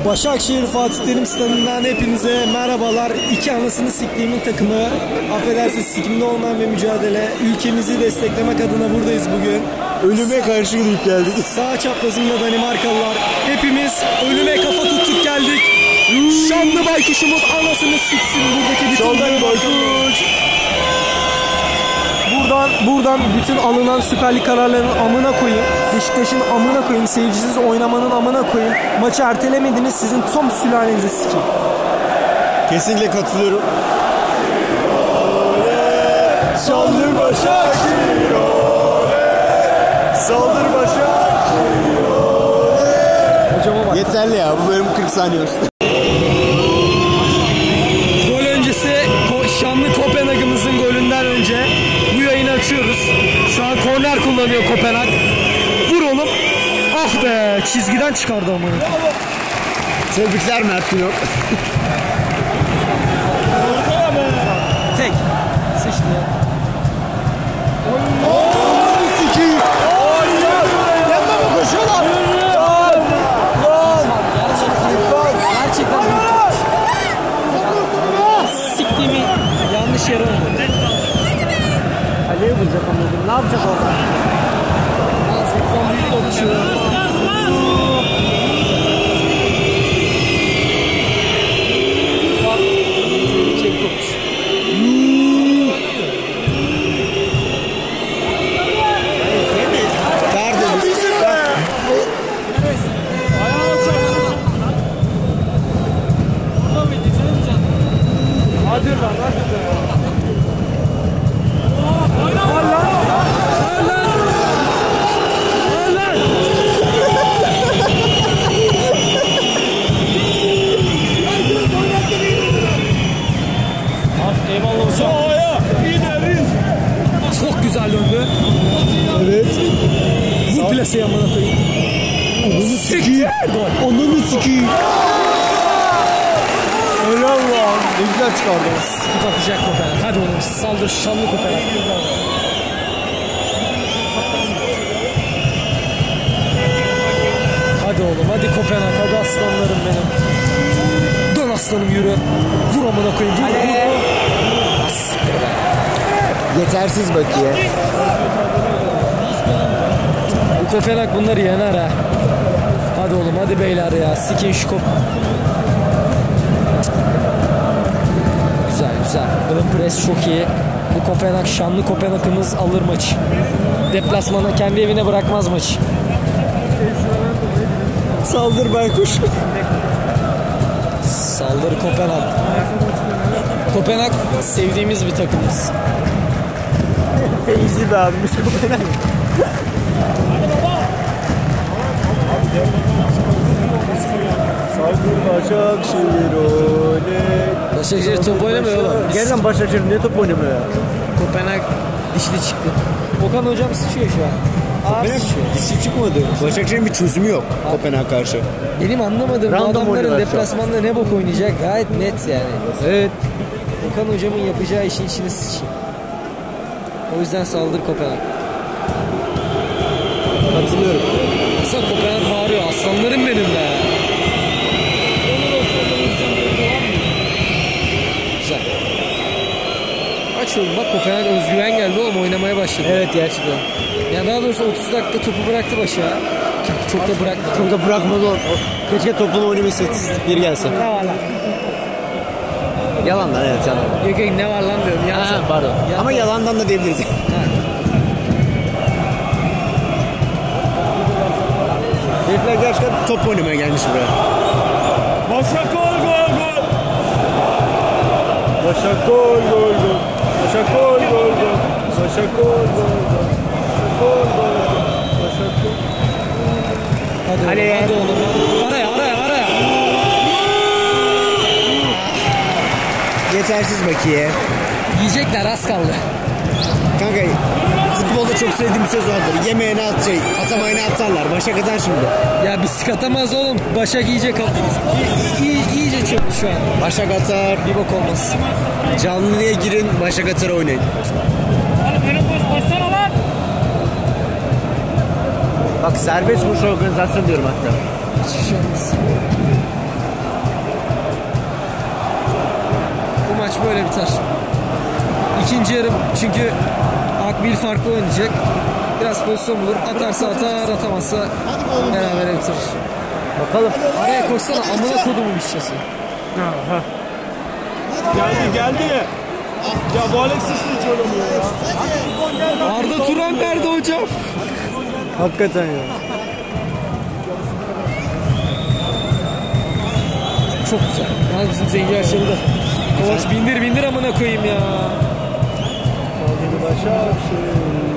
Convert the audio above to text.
Başakşehir Fatih Terim Stadı'ndan hepinize merhabalar. İki anasını siktiğimin takımı, affedersiniz sikimde olmayan bir mücadele. Ülkemizi desteklemek adına buradayız bugün. Ölüme karşı gidip geldik. Sağ çaprazında Danimarkalılar. Hepimiz ölüme kafa tuttuk geldik. Şanlı baykuşumuz anasını siksin buradaki bütün Danimarkalılar. Buradan bütün alınan Süper Lig kararlarının amına koyayım. Beşiktaş'ın amına koyayım. Seyircisiz oynamanın amına koyayım. Maçı ertelemediniz, sizin tam sülalenizi sikeyim. Kesinlikle katılıyorum. Saldır Başakşehir. Saldır Başakşehir. Hocama bak. Yeterli ya, bu bölüm 40 saniye olsun. Gol öncesi şanlı Kopenhag'ımızın golünden önce bu yayını açıyoruz. Şu an korner kullanıyor Kopenhag. Vur oğlum. Ah be, çizgiden çıkardı ama. Tebrikler Mert Günok. Tek. Sıçtı ya. Sikiyim. Yapma mı koşuyorlar? Gerçekten siktiğimi yanlış yere oldu. Kaleye vuracak ama ne yapacak orada? Son büyük oluşuyor. Çok güzel döndü. Evet. Bu plaseyi amına koyayım. Onu sikiyim. Onu sikiyim. Öyle Allah. Ne güzel çıkardı. Sıkıp atacak Kopenhag. Hadi oğlum saldır şanlı Kopenhag. Hadi oğlum hadi Kopenhag. Hadi aslanlarım benim. Dön aslanım yürü. Vur amına koyayım. Vur. Yetersiz bakiye. Bu Kopenhag bunları yener ha. Hadi oğlum hadi beyler ya. Sikin şu Güzel güzel. Ön pres çok iyi. Bu Kopenhag şanlı Kopenhag'ımız alır maçı. Deplasmana kendi evine bırakmaz maçı. Saldır baykuş. Saldır Kopenhag. Kopenhag sevdiğimiz bir takımımız. Feyzi be abimiz Kopenhag. Saldır Başakşehir oley. Başakşehir top oynamıyor oğlum. Gerçekten Başakşehir ne top oynamıyor ya? Kopenhag dişli çıktı. Okan hocam sıçıyor şu an. Kopenhag dişi çıkmadı. Başakşehir'in bir çözümü yok Kopenhag karşı. Benim anlamadığım bu Random adamların oynuyorlar deplasmanda ne bok oynayacak gayet net yani. Evet. Okan hocamın yapacağı işin içine sıçayım. O yüzden saldır Kopenhag. Katılıyorum. Aslında Kopenhag bağırıyor. Aslanlarım benim be. Güzel. Açıyorum bak Kopenhag özgüven geldi oğlum oynamaya başladı. Evet gerçekten. Ya daha doğrusu 30 dakika topu bıraktı başa. Çok da bırakmadı. Çok da bırakmadı o. Keşke toplum oynama istatistikleri gelse. Ne var lan? Yalan lan evet yalan. Yok yok ne var lan diyorum. Ha, pardon. Ama yalandan da diyebiliriz. Herifler gerçekten top oynamaya gelmiş buraya. Başak gol gol gol. Başak gol gol gol. Başak gol gol gol. Başak gol gol gol. Başak gol gol gol. Başak gol. Hadi oğlum. Araya. Yetersiz bakiye. Yiyecekler az kaldı. Kanka futbolda çok sevdiğim bir söz vardır. Yemeğine atamayına atarlar. Başak atar şimdi. Ya bisik atamaz oğlum. Başak iyice iyice çöktü şu an. Başak atar. Bir bok olmaz. Canlıya girin, Başak atar oynayın. Oğlum önüm boş koşsana lan. Bak serbest vuruş organizasyon diyorum hatta. Hiçbir şey olmaz. maç böyle biter. İkinci yarım çünkü Akbil farklı oynayacak. Biraz pozisyon bulur. Atarsa atar, atamazsa berabere bitirir. Bakalım. Araya koşsana amına kodumun işçisi. Geldi. Ya bu Alexis hiç oynamıyor ya. Arda Turan nerede hocam? Hakikaten ya. Çok güzel. Yani bizim Zengi Erşen'i de. Kovaç bindir amına koyayım ya. Başak.